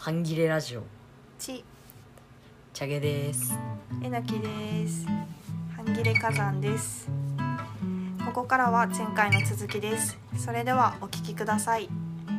半切れラジオちチャゲです。 えなきです。半切れ火山です。ここからは前回の続きです。それではお聞きください。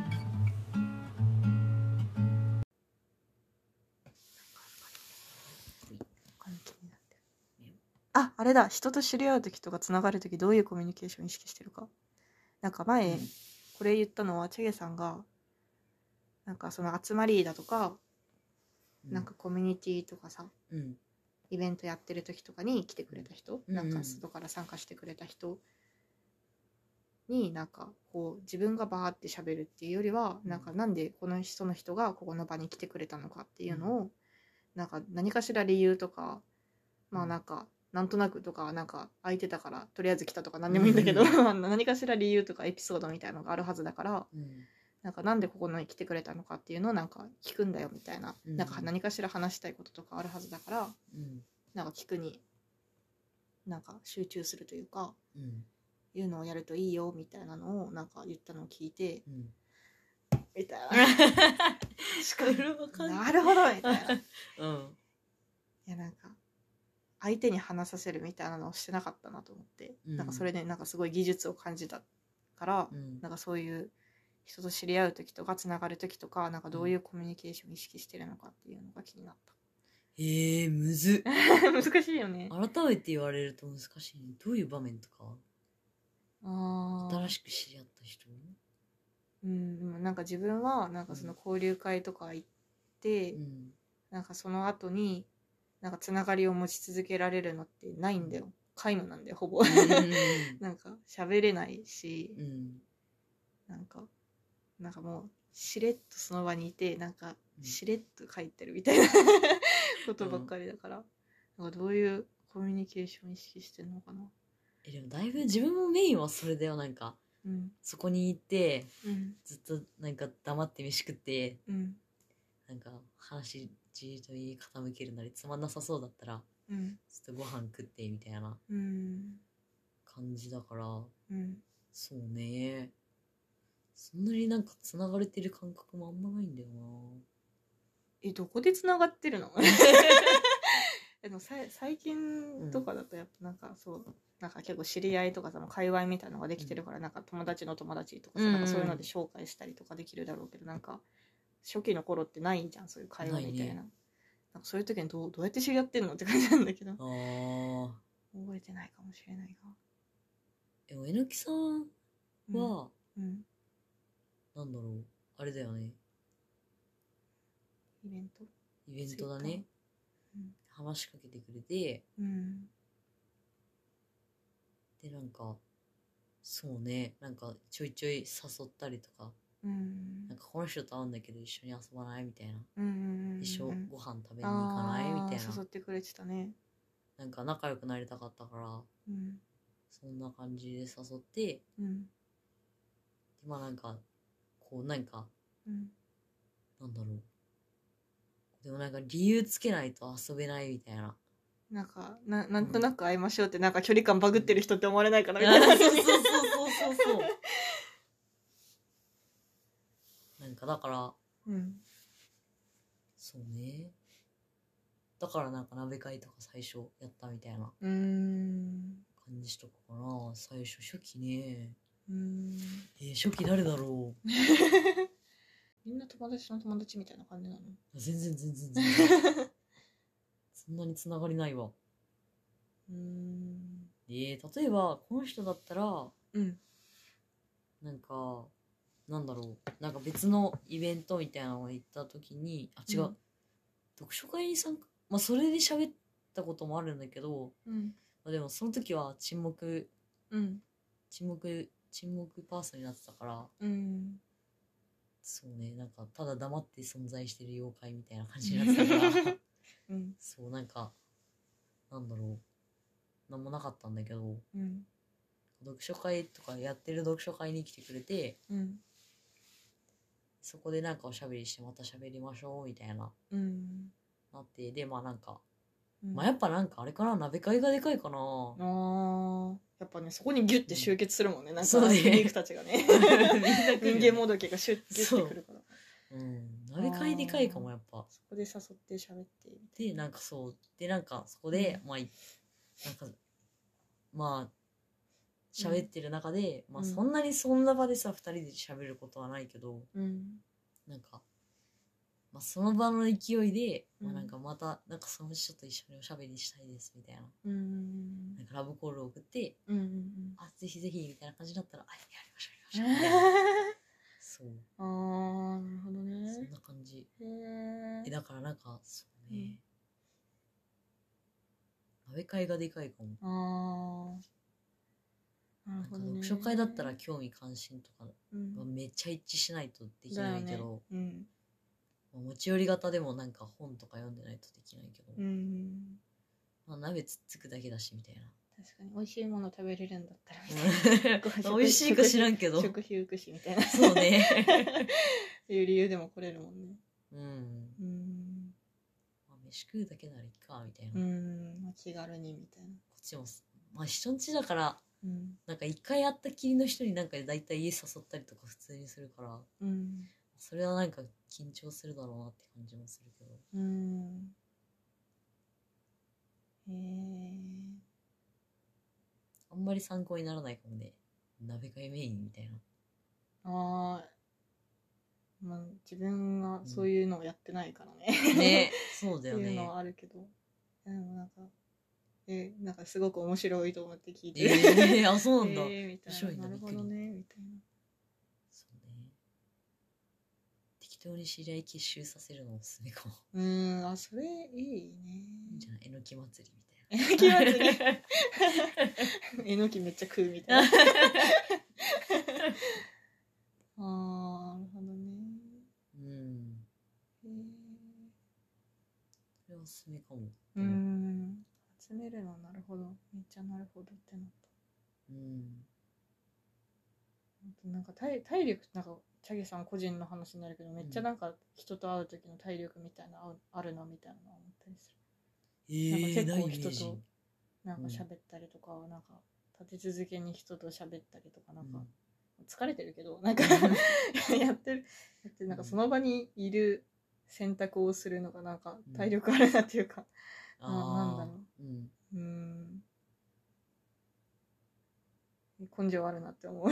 あれだ、人と知り合う時とかつながる時どういうコミュニケーションを意識してるか。なんか前、これ言ったのはチェゲさんがなんかその集まりだとか、なんかコミュニティとかさ、イベントやってる時とかに来てくれた人、なんか外から参加してくれた人になんかこう自分がバーって喋るっていうよりは、なんかなんでこの人がここの場に来てくれたのかっていうのを、なんか何かしら理由とか、まあなんかなんとなくとか、なんか空いてたからとりあえず来たとか何でもいいんだけど、何かしら理由とかエピソードみたいなのがあるはずだから、なんかなんでここに来てくれたのかっていうのをなんか聞くんだよみたいな、なんか何かしら話したいこととかあるはずだから、なんか聞くになんか集中するというか、いうのをやるといいよみたいなのをなんか言ったのを聞いて、みたいななるほどみたいな、いやなんか相手に話させるみたいなのをしてなかったなと思って、なんかそれでなんかすごい技術を感じたから、なんかそういう人と知り合う時とかつながる時とか、なんかどういうコミュニケーションを意識してるのかっていうのが気になった。 むず難しいよね。 改めて言われると難しい、ね。どういう場面とか？新しく知り合った人？ でもなんか自分はなんかその交流会とか行って、なんかその後になんかつながりを持ち続けられるのってないんだよ。皆無なんだよほぼ。なんか喋れないし、なんかもうしれっとその場にいて、なんかしれっと書いてるみたいなことばっかりだから、なんかどういうコミュニケーション意識してるのかな。 でもだいぶ自分もメインはそれだよ。なんか、そこにいて、ずっとなんか黙って飯食って、なんか話じーっとに傾けるなり、つまんなさそうだったら、ちょっとご飯食ってみたいな感じだから、そうね。そんなになんか繋がれてる感覚もあんまないんだよな。 どこで繋がってるの？でも最近とかだとやっぱなんかそう、なんか結構知り合いとかその界隈みたいなのができてるから、なんか友達の友達とかさ、なんかそういうので紹介したりとかできるだろうけど、なんか初期の頃ってないじゃん、そういう会話みたいな。なんかそういう時にどうやって知り合ってんのって感じなんだけど、覚えてないかもしれないが。 えのきさんは、なんだろう、あれだよね。 イベントだね。話しかけてくれて、でなんかそうね、なんかちょいちょい誘ったりとか、なんかこの人と会うんだけど一緒に遊ばないみたいな、一緒ご飯食べに行かないみたいな、 誘ってくれてたね。 なんか仲良くなりたかったから、そんな感じで誘って、でまあなんかこうなんか、なんだろう、でもなんか理由つけないと遊べないみたいな、なんかなんとなく会いましょうって、なんか距離感バグってる人って思われないかなみたいな。 そうなんかだから、そうね、だからなんか鍋会とか最初やったみたいな感じとかかな。最初初期ね。初期誰だろう。 みんな友達の友達みたいな感じなの？ 全然そんなにつながりないわ。例えばこの人だったら、なんかなんだろう、なんか別のイベントみたいなのを行った時に、読書会に参加、まあそれで喋ったこともあるんだけど、まあ、でもその時は沈黙パーソンになってたから、そうね、なんかただ黙って存在してる妖怪みたいな感じになってたからそうなんかなんだろう、なんもなかったんだけど、読書会とかやってる読書会に来てくれて、そこでなんかおしゃべりしてまたしゃべりましょうみたいな、なって、でまあなんか、まあやっぱなんかあれかな、鍋会がでかいかな。 やっぱね、そこにギュッて集結するもんね、なんかそうね、 リークたちがね人間もどきがシュッギュッてくるから、 鍋会でかいかもやっぱ。 そこで誘って喋ってでなんかそうでなんかそこで、まあなんかまあ喋ってる中で、まあそんなにそんな場でさ2人で喋ることはないけど、なんか、まあ、その場の勢いで、まあ、なんかまたなんかその人と一緒におしゃべりしたいですみたいな、なんかラブコールを送って、あぜひぜひみたいな感じだったら、あやりましょうやりましょうみたいなそう。 ああ、なるほどね。 そんな感じ。だからなんかそうね、鍋会がでかいかも。なんか読書会だったら興味関心とかめっちゃ一致しないとできないけど、持ち寄り型でもなんか本とか読んでないとできないけど、まあ、鍋つっつくだけだしみたいな。 確かに美味しいもの食べれるんだったらみたいな美味しいか知らんけど食費浮くしみたいなそうねっていう理由でも来れるもんね。 まあ、飯食うだけならいいかみたいな。 気軽にみたいな。 こっちもまあ人んちだから、なんか一回会ったきりの人になんか大体家誘ったりとか普通にするから、それはなんか緊張するだろうなって感じもするけど。あんまり参考にならないかもね。鍋会メインみたいな。 まあ自分がそういうのをやってないからね。 ね、そうだよね。 っていうのはあるけど、なんかなんかすごく面白いと思って聞いてる。 あ、そうなんだ。 みたいな。なるほどね、みたいな。 そうね。適当に知り合い結集させるのおすすめかも。 それいいね。いいいんじゃない？えのき祭りみたいな。 えのき祭りえのきめっちゃ食うみたいな。なるほどね。 それはおすすめかも。 集めるのなるほど。めっちゃなるほどってなった。なんか体力なんかチャゲさん個人の話になるけど、めっちゃなんか人と会う時の体力みたいなあるなみたいな思ったりする。なんか結構人となんか喋ったりとか、なんか立て続けに人と喋ったりとか、なんか疲れてるけどなんかやってなんかその場にいる選択をするのがなんか体力あるなっていうか、なんだろう、根性あるなって思う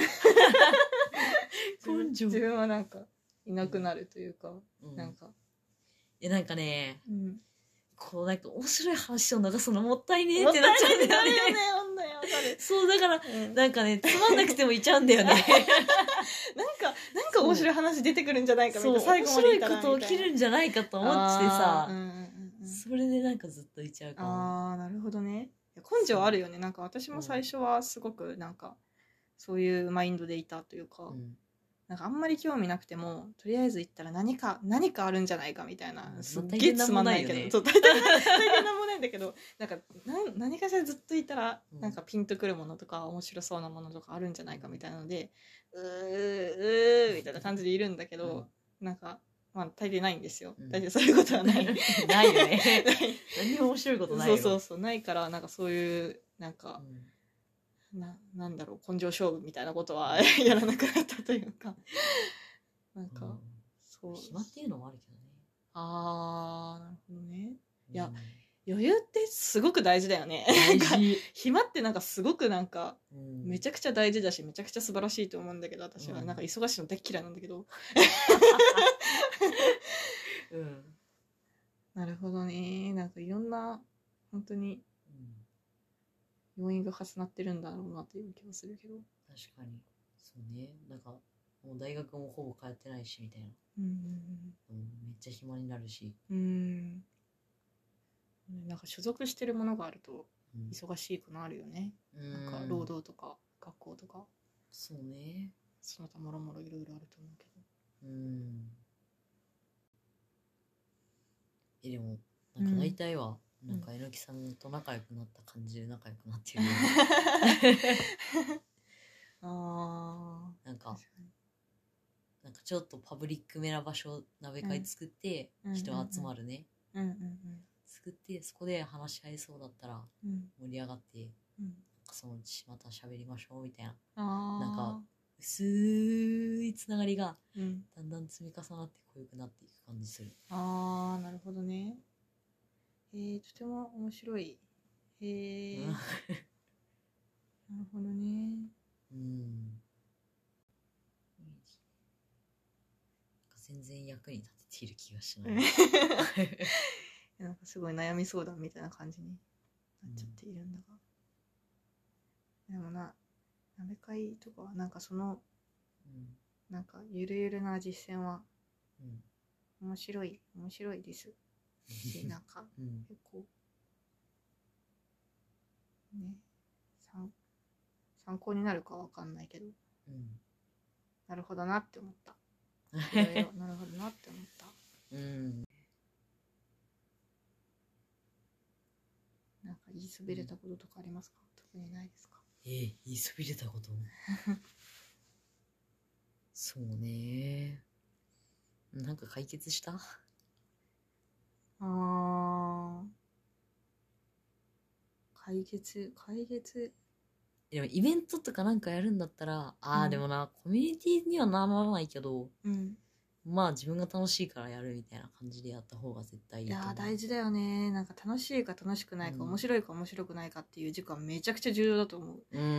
根性自分はなんかいなくなるというか、なんかなんかね、こうなんか面白い話を流すのもったいねえってなっちゃうんだよね。そうだから、なんかねつまんなくてもいちゃうんだよね。なんか面白い話出てくるんじゃないかみたいな、最後までいたらみたいな、面白いこと起きるんじゃないかと思ってさ、それでなんかずっといちゃうかも。 なるほどね。根性あるよね。なんか私も最初はすごくなんかそういうマインドでいたというか、なんかあんまり興味なくてもとりあえず行ったら何かあるんじゃないかみたいな、すっげえつまんないけど、大変なんもないんだけど、なんか何かしらずっといたらなんかピンとくるものとか面白そうなものとかあるんじゃないかみたいなので、みたいな感じでいるんだけど、なんかまあ大抵ないんですよ。大抵そういうことはない。 ないよね。何も面白いことないよ。 そうないから、なんかそういうなんか、なんだろう、根性勝負みたいなことはやらなくなったというか、なんかそう暇っていうのもあるけどね。 なるほどね。いや、余裕ってすごく大事だよね。暇ってなんかすごくなんかめちゃくちゃ大事だし、めちゃくちゃ素晴らしいと思うんだけど、私はなんか忙しいの大嫌いなんだけど。なるほどね。なんかいろんな本当に要因が重なってるんだろうなという気がするけど。 確かにそうね。なんかもう大学もほぼ通ってないしみたいな。めっちゃ暇になるし。 なんか所属してるものがあると忙しいくなるよね。なんか労働とか学校とか。 そうね。 その他もろもろいろいろあると思うけど。 でもなんか大体は、なんかえのきさんと仲良くなった感じで仲良くなってるよね。なんかちょっとパブリックめな場所鍋会作って人集まるね、作ってそこで話し合いそうだったら盛り上がって、なんかそのうちまた喋りましょうみたいな、なんか薄いつながりがだんだん積み重なって濃ゆくなっていく感じする。 あー、なるほどね。とても面白い。なるほどね。 全然役に立てている気がしない。 なんかすごい悩み相談みたいな感じになっちゃっているんだが。でも鍋会とかはなんかその、なんかゆるゆるな実践は面白いです。で、なんか結構ね、参考になるかわかんないけど、なるほどなって思った。いろいろなるほどなって思った。なんか言いそびれたこととかありますか？特にないですか？ 言いそびれたことそうね。なんか解決した？ 解決。 でもイベントとかなんかやるんだったら、でもな、コミュニティにはならないけど、まあ自分が楽しいからやるみたいな感じでやった方が絶対いいと思う。 いや大事だよね。なんか楽しいか楽しくないか、面白いか面白くないかっていう軸はめちゃくちゃ重要だと思う。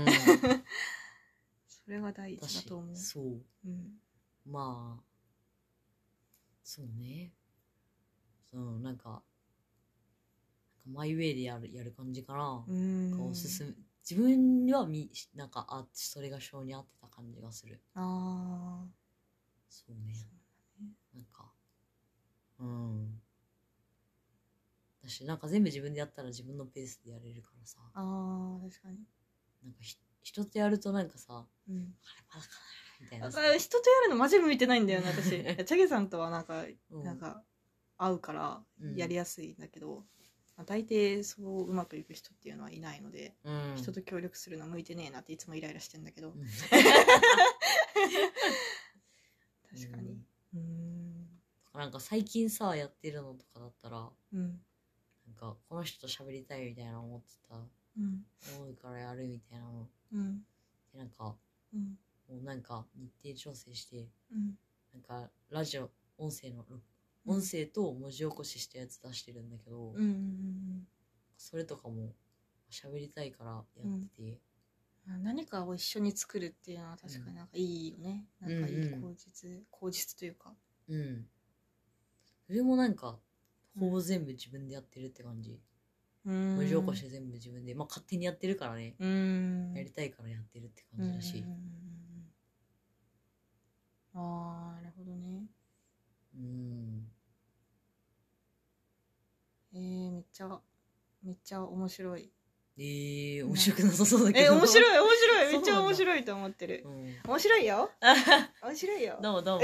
それが大事だと思う。 そう。まあ、そうね。なんかマイウェイでやる感じかな。おすすめ。自分にはなんかそれが性に合ってた感じがする。そうね。なんか私なんか全部自分でやったら自分のペースでやれるからさ。 確かに。 なんか人とやるとなんかさ、あれまだかなみたいな。 人とやるのマジ向いてないんだよね私。チャゲさんとはなんか会うからやりやすいんだけど、大抵そううまくいく人っていうのはいないので、人と協力するの向いてねえなっていつもイライラしてんだけど、確かに。 なんか最近さやってるのとかだったら、なんかこの人と喋りたいみたいな思ってた、思うからやるみたいなの、でなんか、もうなんか日程調整して、なんかラジオ音声と文字起こししたやつ出してるんだけど、それとかも喋りたいからやってて、 何かを一緒に作るっていうのは確かになんかいいよね。なんかいい口実というか。 それもなんかほぼ全部自分でやってるって感じ。文字起こし全部自分で、まあ勝手にやってるからね。やりたいからやってるって感じだし。 なるほどね。めっちゃ面白い。 面白くなさそうだけど。 面白いめっちゃ面白いと思ってる。面白いよ。面白いよ。 どうも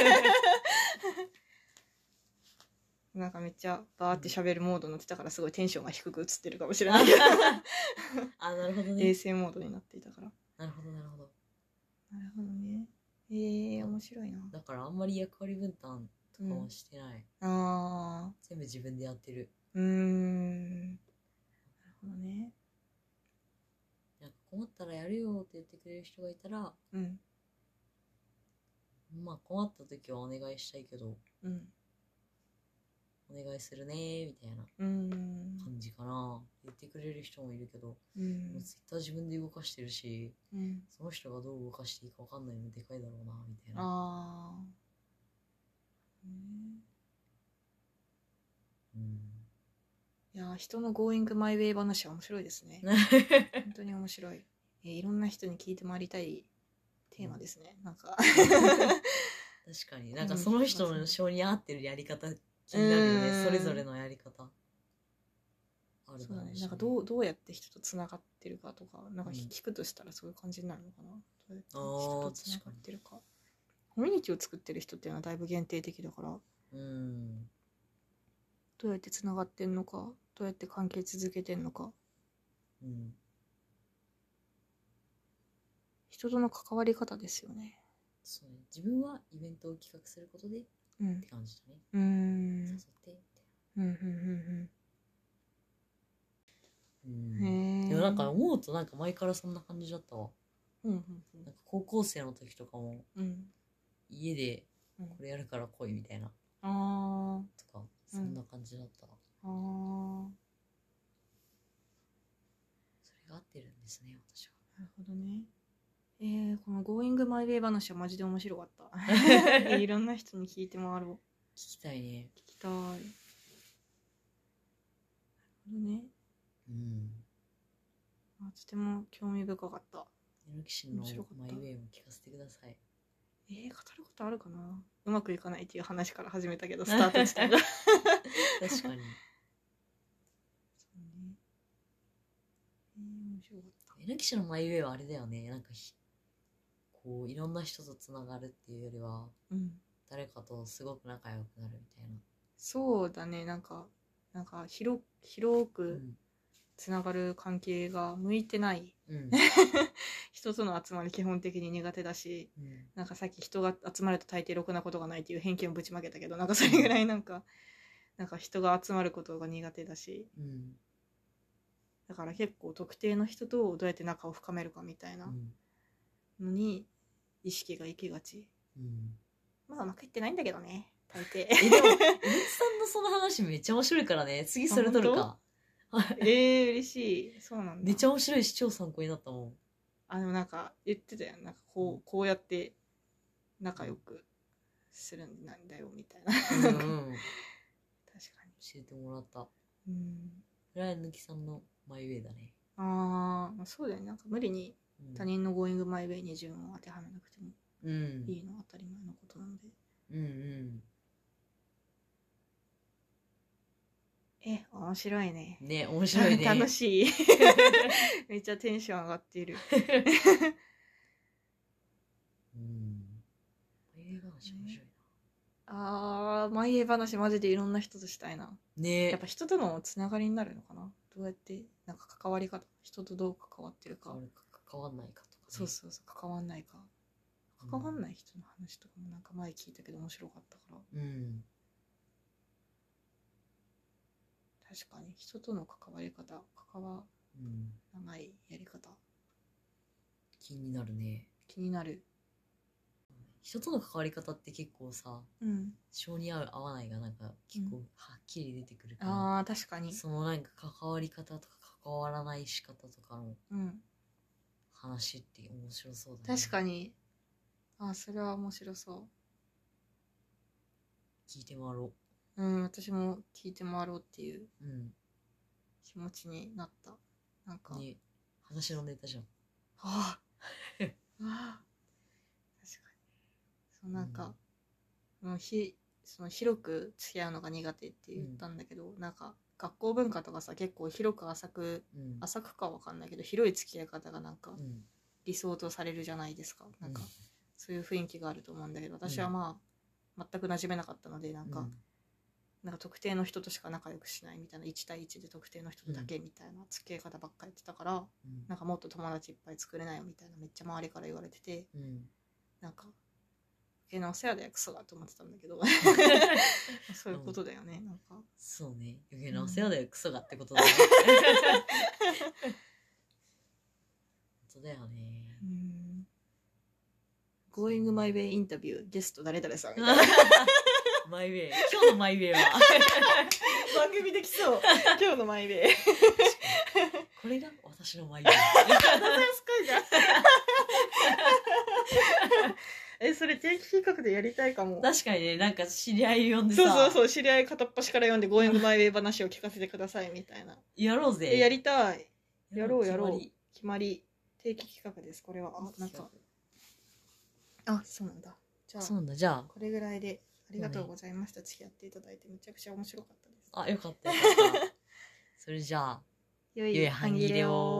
なんかめっちゃバーって喋るモードになってたからすごいテンションが低く映ってるかもしれない。 なるほどね。 衛星モードになっていたから。 なるほどね。面白いな。 だからあんまり役割分担とかはしてない。全部自分でやってる。なるほどね。 なんか困ったらやるよって言ってくれる人がいたら、まあ困った時はお願いしたいけど、お願いするねみたいな感じかな。言ってくれる人もいるけど、ツイッター自分で動かしてるし、その人がどう動かしていいか分かんないのでかいだろうなみたいな。 いや人の Going My Way 話は面白いですね。本当に面白い。いろんな人に聞いて回りたいテーマですね。なんか確かになんかその人の性に合ってるやり方気になるよね。それぞれのやり方あるだろうし、 そうだね。なんかどうやって人とつながってるかとか、なんか聞くとしたらそういう感じになるのかな。どうやって人とつながってるか。コミュニティを作ってる人っていうのはだいぶ限定的だから、どうやってつながってんのか、どうやって関係続けてんのか、人との関わり方ですよね。 そうね。自分はイベントを企画することで、って感じだね。誘ってでもなんか思うとなんか前からそんな感じだったわ。 なんか高校生の時とかも、家でこれやるから来いみたいな、とかそんな感じだった。それが合ってるんですね、私は。 なるほどね。この Going My Way 話はマジで面白かった。いろんな人に聞いて回ろう。 聞きたいね。 聞きたい。なるほどね。とても興味深かった。 エノキシのマイウェイも聞かせてください。 語ることあるかな。うまくいかないっていう話から始めたけど、スタート地点が。確かに。 そうね。面白かった。 エノキシのマイウェイはあれだよね。なんかこういろんな人とつながるっていうよりは、誰かとすごく仲良くなるみたいな。 そうだね。なんか広くつながる関係が向いてない、人との集まり基本的に苦手だし、なんかさっき人が集まると大抵ろくなことがないっていう偏見をぶちまけたけど、なんかそれぐらいなんか人が集まることが苦手だし、だから結構特定の人とどうやって仲を深めるかみたいなのに意識が行きがち。まあうまくいってないんだけどね、大抵。 でもうつさんのその話めっちゃ面白いからね、次それ撮るか。 嬉しい。そうなんだ。 めっちゃ面白いし超参考になったもん。 でもなんか言ってたよ。なんかこうやって仲良くするんだよみたいな。確かに。 教えてもらった。それはぬきさんのマイウェイだね。 そうだよね。なんか無理に他人の Going My Way に順を当てはめなくてもいいのは当たり前のことなので。面白いね。 ね、面白いね。 楽しい。めっちゃテンション上がっている。 マイウェイ話面白いな。マイウェイ話マジでいろんな人としたいな。 ね。 やっぱ人とのつながりになるのかな。どうやってなんか関わり方、人とどう関わってるか。 関わんないかとか、ね。 そう関わんないか。関わんない人の話とかもなんか前聞いたけど面白かったから。確かに人との関わり方、関わらないやり方、 気になるね。 気になる。 人との関わり方って結構さ、性に合う合わないがなんか結構はっきり出てくるから、 確かにそのなんか関わり方とか関わらない仕方とかの話って面白そうだね。 確かに。それは面白そう。 聞いて回ろう。 私も聞いて回ろうっていう気持ちになった。なんかね、話のネタじゃん。 確かに。そうなんか、その広く付き合うのが苦手って言ったんだけど、なんか学校文化とかさ、結構広く浅くかわかんないけど、広い付き合い方がなんか理想とされるじゃないですか。なんかそういう雰囲気があると思うんだけど、私はまあ全く馴染めなかったので、なんか特定の人としか仲良くしないみたいな、1対1で特定の人だけみたいな付き合い方ばっかりやってたから、なんかもっと友達いっぱい作れないよみたいなめっちゃ周りから言われてて、なんか余計なお世話だよクソだと思ってたんだけどそういうことだよね。なんかそうね、余計なお世話だよクソがってことだね。本当だよね。 Going My Way インタビューゲスト誰々さんみたいな。 マイウェイ。今日のマイウェイは番組できそう。今日のマイウェイ。 これが私のマイウェイ。 それ定期企画でやりたいかも。 確かにね、なんか知り合い呼んでさ。 そう知り合い片っ端から呼んで Going My Way 話を聞かせてくださいみたいな。 やろうぜ。 やりたい。やろう。決まり。定期企画です。これはなんか。そうなんだ。 じゃあこれぐらいで。ありがとうございました。付き合っていただいてめちゃくちゃ面白かったです。 よかった。それじゃあ、 良い半切れを。